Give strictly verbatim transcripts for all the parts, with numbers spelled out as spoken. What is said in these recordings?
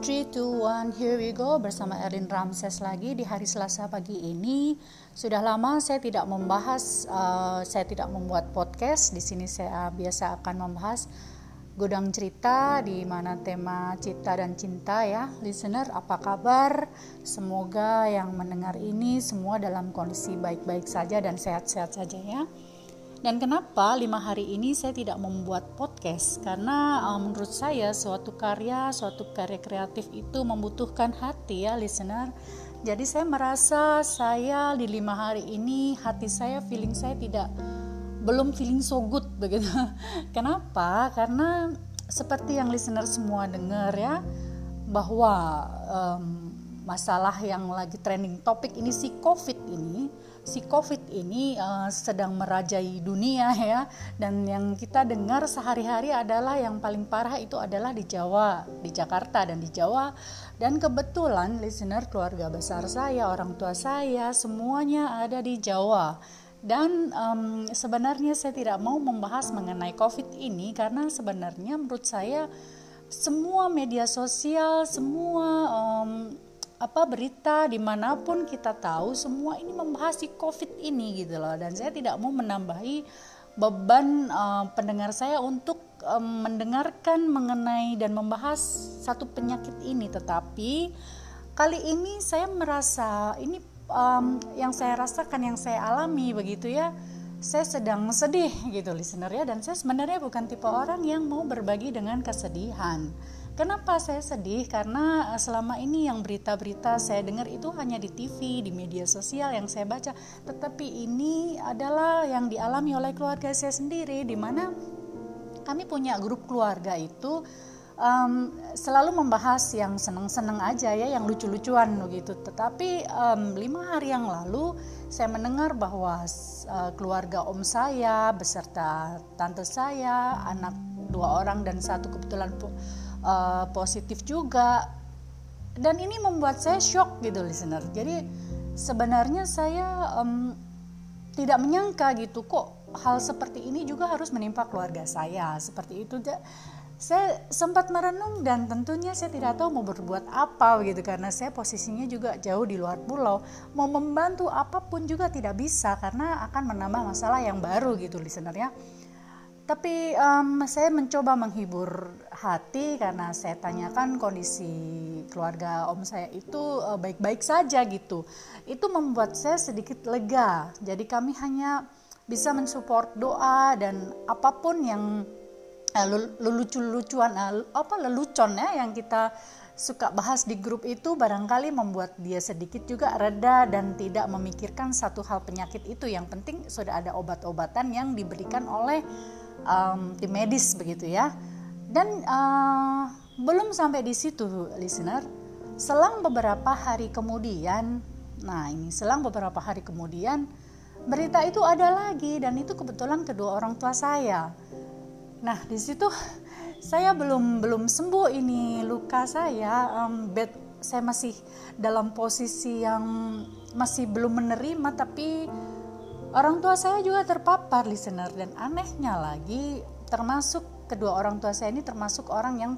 three, two, one, here we go. Bersama Erlin Ramses lagi di hari Selasa pagi ini. Sudah lama saya tidak membahas, uh, saya tidak membuat podcast. Di sini saya biasa akan membahas gudang cerita, di mana tema cita dan cinta ya. Listener, apa kabar? Semoga yang mendengar ini semua dalam kondisi baik-baik saja dan sehat-sehat saja ya. Dan kenapa lima hari ini saya tidak membuat podcast? Karena uh, menurut saya suatu karya, suatu karya kreatif itu membutuhkan hati ya listener. Jadi saya merasa saya di lima hari ini hati saya, feeling saya tidak belum feeling so good begitu. Kenapa? Karena seperti yang listener semua dengar ya, bahwa um, masalah yang lagi trending topik ini si COVID ini. Si COVID ini uh, sedang merajai dunia ya, dan yang kita dengar sehari-hari adalah yang paling parah itu adalah di Jawa, di Jakarta dan di Jawa. Dan kebetulan listener, keluarga besar saya, orang tua saya semuanya ada di Jawa. Dan um, sebenarnya saya tidak mau membahas mengenai COVID ini karena sebenarnya menurut saya semua media sosial, semua um, apa berita dimanapun kita tahu semua ini membahas si COVID ini gitu loh, dan saya tidak mau menambahi beban uh, pendengar saya untuk um, mendengarkan mengenai dan membahas satu penyakit ini. Tetapi kali ini saya merasa ini um, yang saya rasakan, yang saya alami begitu ya, saya sedang sedih gitu listener ya, dan saya sebenarnya bukan tipe orang yang mau berbagi dengan kesedihan. Kenapa saya sedih? Karena selama ini yang berita-berita saya dengar itu hanya di T V, di media sosial yang saya baca. Tetapi ini adalah yang dialami oleh keluarga saya sendiri, di mana kami punya grup keluarga itu um, selalu membahas yang senang-senang aja ya, yang lucu-lucuan begitu. Tetapi um, lima hari yang lalu saya mendengar bahwa uh, keluarga om saya beserta tante saya, anak dua orang dan satu kebetulan Uh, positif juga, dan ini membuat saya shock gitu listener. Jadi sebenarnya saya um, tidak menyangka gitu, kok hal seperti ini juga harus menimpa keluarga saya seperti itu. Saya sempat merenung dan tentunya saya tidak tahu mau berbuat apa gitu, karena saya posisinya juga jauh di luar pulau. Mau membantu apapun juga tidak bisa karena akan menambah masalah yang baru gitu listener ya. Tapi um, saya mencoba menghibur hati karena saya tanyakan kondisi keluarga om saya itu uh, baik-baik saja gitu. Itu membuat saya sedikit lega. Jadi kami hanya bisa mensupport doa dan apapun yang uh, lelucu-lucuan, uh, apa lelucon ya yang kita suka bahas di grup itu, barangkali membuat dia sedikit juga reda dan tidak memikirkan satu hal penyakit itu. Yang penting sudah ada obat-obatan yang diberikan oleh Um, tim medis begitu ya. Dan uh, belum sampai di situ listener, selang beberapa hari kemudian, nah ini selang beberapa hari kemudian berita itu ada lagi, dan itu kebetulan kedua orang tua saya. Nah di situ saya belum belum sembuh ini luka saya, um, bed saya masih dalam posisi yang masih belum menerima, tapi orang tua saya juga terpapar listener. Dan anehnya lagi, termasuk kedua orang tua saya ini termasuk orang yang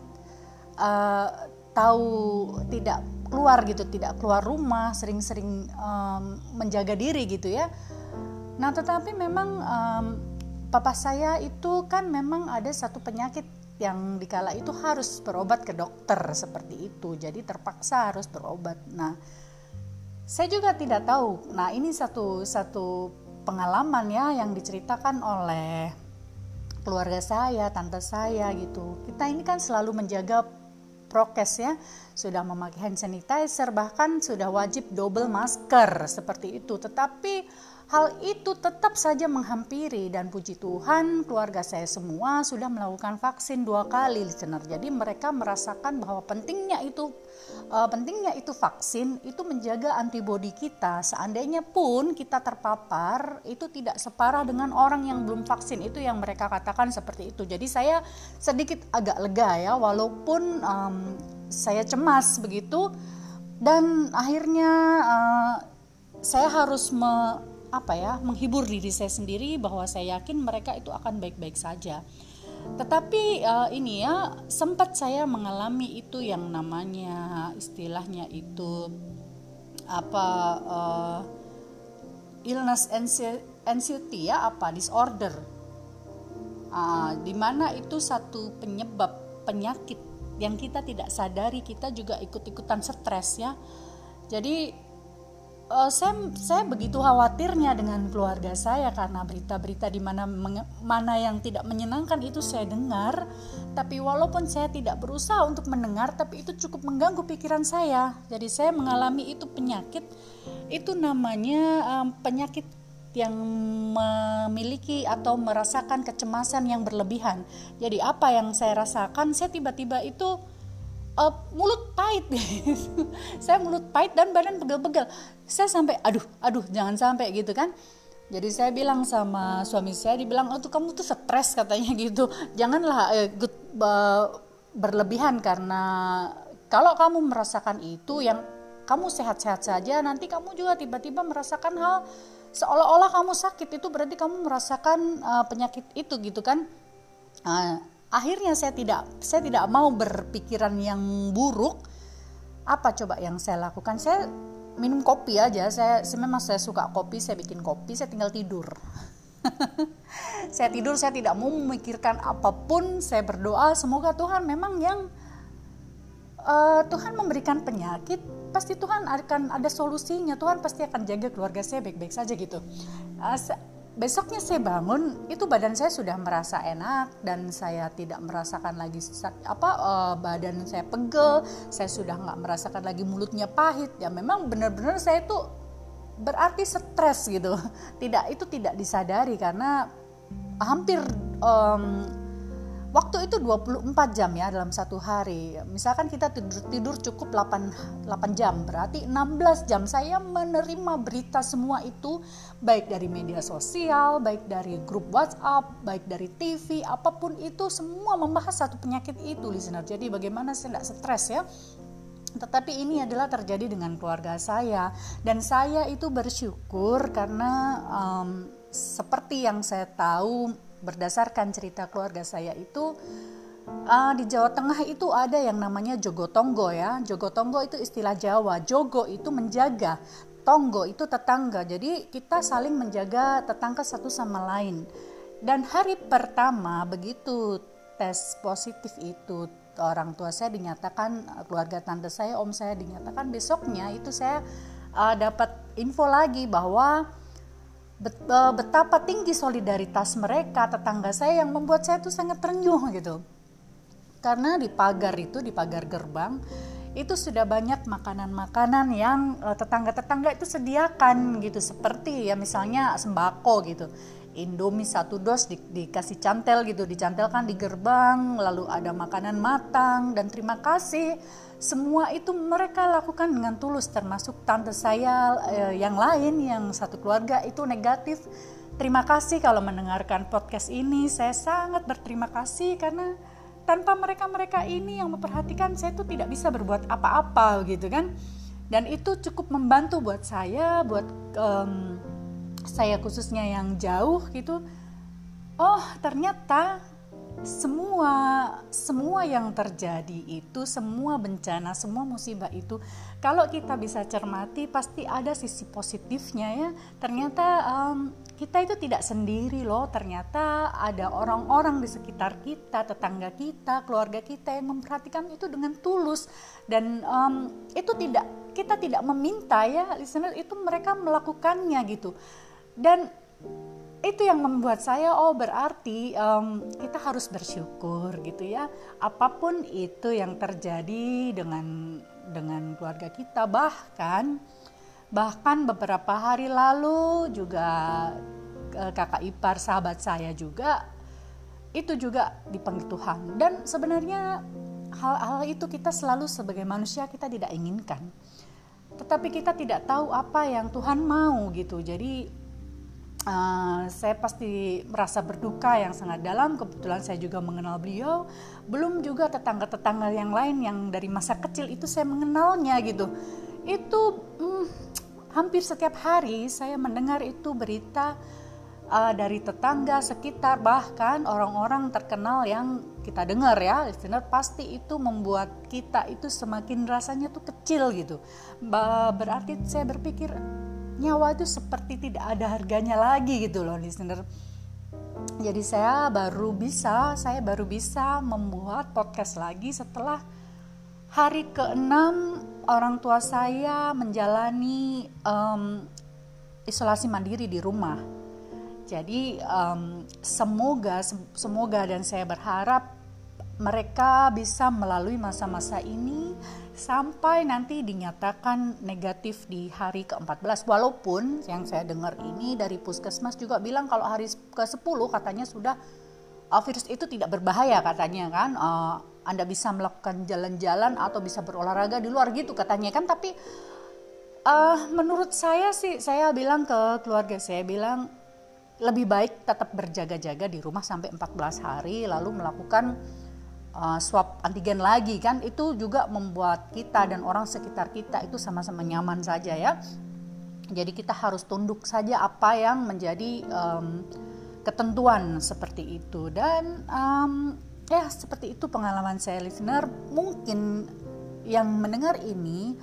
uh, tahu tidak keluar gitu, tidak keluar rumah, sering-sering um, menjaga diri gitu ya. Nah tetapi memang um, papa saya itu kan memang ada satu penyakit yang dikala itu harus berobat ke dokter seperti itu, jadi terpaksa harus berobat. Nah saya juga tidak tahu. Nah ini satu satu pengalaman ya yang diceritakan oleh keluarga saya, tante saya gitu. Kita ini kan selalu menjaga prokes ya, sudah memakai hand sanitizer, bahkan sudah wajib double masker seperti itu. Tetapi hal itu tetap saja menghampiri, dan puji Tuhan keluarga saya semua sudah melakukan vaksin dua kali listener. Jadi mereka merasakan bahwa pentingnya itu uh, pentingnya itu vaksin itu menjaga antibodi kita. Seandainya pun kita terpapar, itu tidak separah dengan orang yang belum vaksin, itu yang mereka katakan seperti itu. Jadi saya sedikit agak lega ya, walaupun um, saya cemas begitu. Dan akhirnya uh, saya harus me apa ya menghibur diri saya sendiri bahwa saya yakin mereka itu akan baik-baik saja. Tetapi uh, ini ya, sempat saya mengalami itu yang namanya istilahnya itu apa uh, illness anxiety ya, apa disorder, uh, dimana itu satu penyebab penyakit yang kita tidak sadari, kita juga ikut-ikutan stres ya. Jadi Uh, saya saya begitu khawatirnya dengan keluarga saya karena berita-berita di mana mana yang tidak menyenangkan itu saya dengar, tapi walaupun saya tidak berusaha untuk mendengar, tapi itu cukup mengganggu pikiran saya. Jadi saya mengalami itu penyakit, itu namanya um, penyakit yang memiliki atau merasakan kecemasan yang berlebihan. Jadi apa yang saya rasakan, saya tiba-tiba itu Uh, mulut pahit saya mulut pahit dan badan pegel-pegel. Saya sampai aduh aduh jangan sampai gitu kan. Jadi saya bilang sama suami saya, dibilang oh tuh kamu tuh stres katanya gitu, janganlah eh, good, uh, berlebihan, karena kalau kamu merasakan itu yang kamu sehat-sehat saja, nanti kamu juga tiba-tiba merasakan hal seolah-olah kamu sakit, itu berarti kamu merasakan uh, penyakit itu gitu kan. uh, Akhirnya saya tidak saya tidak mau berpikiran yang buruk. Apa coba yang saya lakukan? Saya minum kopi aja. Saya memang saya suka kopi, saya bikin kopi, saya tinggal tidur. Saya tidur, saya tidak mau memikirkan apapun. Saya berdoa semoga Tuhan memang yang uh, Tuhan memberikan penyakit, pasti Tuhan akan ada solusinya. Tuhan pasti akan jaga keluarga saya baik-baik saja gitu. Uh, Besoknya saya bangun, itu badan saya sudah merasa enak dan saya tidak merasakan lagi apa uh, badan saya pegel, saya sudah nggak merasakan lagi mulutnya pahit. Ya memang benar-benar saya itu berarti stres gitu. Tidak, itu tidak disadari karena hampir um, waktu itu dua puluh empat jam ya dalam satu hari. Misalkan kita tidur, tidur cukup delapan, delapan jam, berarti enam belas jam saya menerima berita semua itu, baik dari media sosial, baik dari grup WhatsApp, baik dari T V, apapun itu semua membahas satu penyakit itu, listener. Jadi bagaimana saya tidak stres ya. Tetapi ini adalah terjadi dengan keluarga saya, dan saya itu bersyukur karena um, seperti yang saya tahu berdasarkan cerita keluarga saya itu uh, di Jawa Tengah itu ada yang namanya Jogotongo ya. Jogotongo itu istilah Jawa. Jogo itu menjaga, tonggo itu tetangga. Jadi kita saling menjaga tetangga satu sama lain. Dan hari pertama begitu tes positif itu, orang tua saya dinyatakan, keluarga tante saya, om saya dinyatakan, besoknya itu saya uh, dapat info lagi bahwa betapa tinggi solidaritas mereka, tetangga saya, yang membuat saya tuh sangat terenyuh gitu. Karena di pagar itu, di pagar gerbang itu sudah banyak makanan-makanan yang uh, tetangga-tetangga itu sediakan gitu, seperti ya misalnya sembako gitu. Indomie satu dos di, dikasih cantel gitu, dicantelkan di gerbang, lalu ada makanan matang, dan terima kasih. Semua itu mereka lakukan dengan tulus, termasuk tante saya eh, yang lain, yang satu keluarga itu negatif. Terima kasih kalau mendengarkan podcast ini, saya sangat berterima kasih karena tanpa mereka-mereka ini yang memperhatikan, saya tuh tidak bisa berbuat apa-apa gitu kan. Dan itu cukup membantu buat saya, buat um, saya khususnya yang jauh gitu. Oh ternyata semua semua yang terjadi itu, semua bencana, semua musibah itu, kalau kita bisa cermati pasti ada sisi positifnya ya. Ternyata um, kita itu tidak sendiri loh. Ternyata ada orang-orang di sekitar kita, tetangga kita, keluarga kita yang memperhatikan itu dengan tulus. Dan um, itu tidak, kita tidak meminta ya listener, itu mereka melakukannya gitu. Dan itu yang membuat saya oh berarti um, kita harus bersyukur gitu ya, apapun itu yang terjadi dengan dengan keluarga kita. Bahkan bahkan beberapa hari lalu juga eh, kakak ipar sahabat saya juga itu juga dipanggil Tuhan. Dan sebenarnya hal-hal itu kita selalu sebagai manusia kita tidak inginkan, tetapi kita tidak tahu apa yang Tuhan mau gitu. Jadi Uh, saya pasti merasa berduka yang sangat dalam. Kebetulan saya juga mengenal beliau, belum juga tetangga-tetangga yang lain yang dari masa kecil itu saya mengenalnya gitu. Itu hmm, hampir setiap hari saya mendengar itu berita uh, dari tetangga sekitar, bahkan orang-orang terkenal yang kita dengar ya, listener, pasti itu membuat kita itu semakin rasanya tuh kecil gitu. Berarti saya berpikir nyawa itu seperti tidak ada harganya lagi gitu loh, listener. Jadi saya baru bisa, saya baru bisa membuat podcast lagi setelah hari keenam orang tua saya menjalani um, isolasi mandiri di rumah. Jadi um, semoga semoga dan saya berharap mereka bisa melalui masa-masa ini sampai nanti dinyatakan negatif di hari keempat belas. Walaupun yang saya dengar ini dari puskesmas juga bilang kalau hari ke sepuluh katanya sudah uh, virus itu tidak berbahaya katanya kan. Uh, Anda bisa melakukan jalan-jalan atau bisa berolahraga di luar gitu katanya kan. Tapi Uh, menurut saya sih, saya bilang ke keluarga saya, bilang lebih baik tetap berjaga-jaga di rumah sampai empat belas hari, lalu melakukan uh, swab antigen lagi kan. Itu juga membuat kita dan orang sekitar kita itu sama-sama nyaman saja ya. Jadi kita harus tunduk saja apa yang menjadi um, ketentuan seperti itu. Dan um, ya seperti itu pengalaman saya, listener. Mungkin yang mendengar ini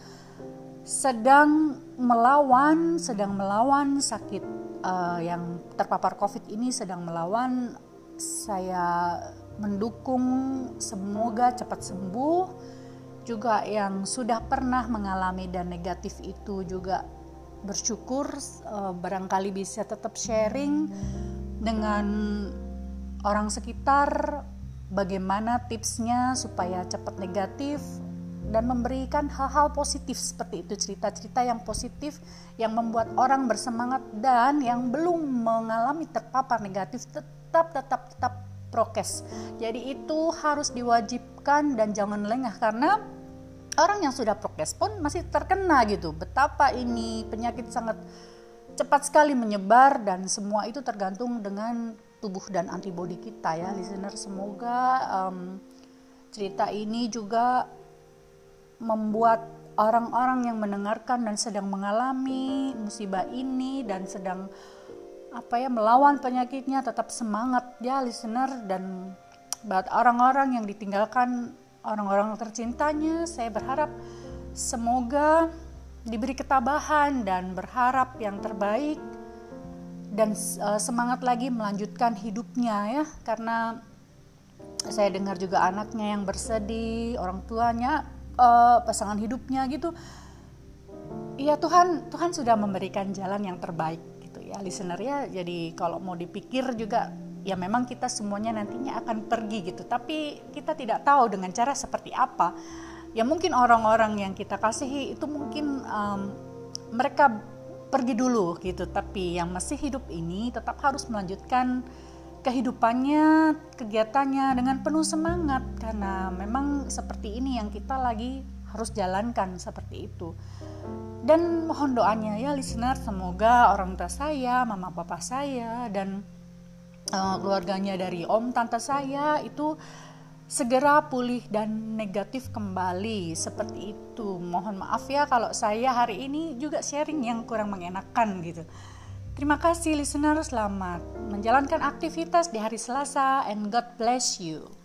sedang melawan sedang melawan sakit uh, yang terpapar COVID ini, sedang melawan. Saya mendukung semoga cepat sembuh. Juga yang sudah pernah mengalami dan negatif itu juga bersyukur uh, barangkali bisa tetap sharing dengan orang sekitar bagaimana tipsnya supaya cepat negatif, dan memberikan hal-hal positif seperti itu, cerita-cerita yang positif yang membuat orang bersemangat. Dan yang belum mengalami terpapar negatif tetap tetap tetap prokes. Jadi itu harus diwajibkan dan jangan lengah, karena orang yang sudah prokes pun masih terkena gitu. Betapa ini penyakit sangat cepat sekali menyebar dan semua itu tergantung dengan tubuh dan antibodi kita ya, listener. Semoga um, cerita ini juga membuat orang-orang yang mendengarkan dan sedang mengalami musibah ini dan sedang apa ya melawan penyakitnya tetap semangat ya, listener. Dan buat orang-orang yang ditinggalkan orang-orang tercintanya, saya berharap semoga diberi ketabahan dan berharap yang terbaik dan uh, semangat lagi melanjutkan hidupnya ya. Karena saya dengar juga anaknya yang bersedih, orang tuanya, Uh, pasangan hidupnya gitu. Ya Tuhan, Tuhan sudah memberikan jalan yang terbaik gitu ya, listener ya. Jadi kalau mau dipikir juga ya memang kita semuanya nantinya akan pergi gitu. Tapi kita tidak tahu dengan cara seperti apa. Ya mungkin orang-orang yang kita kasihi itu mungkin um, mereka pergi dulu gitu. Tapi yang masih hidup ini tetap harus melanjutkan kehidupannya, kegiatannya dengan penuh semangat, karena memang seperti ini yang kita lagi harus jalankan seperti itu. Dan mohon doanya ya listener, semoga orang tua saya, mama papa saya dan uh, keluarganya dari om tante saya itu segera pulih dan negatif kembali seperti itu. Mohon maaf ya kalau saya hari ini juga sharing yang kurang mengenakan gitu. Terima kasih listener, selamat menjalankan aktivitas di hari Selasa and God bless you.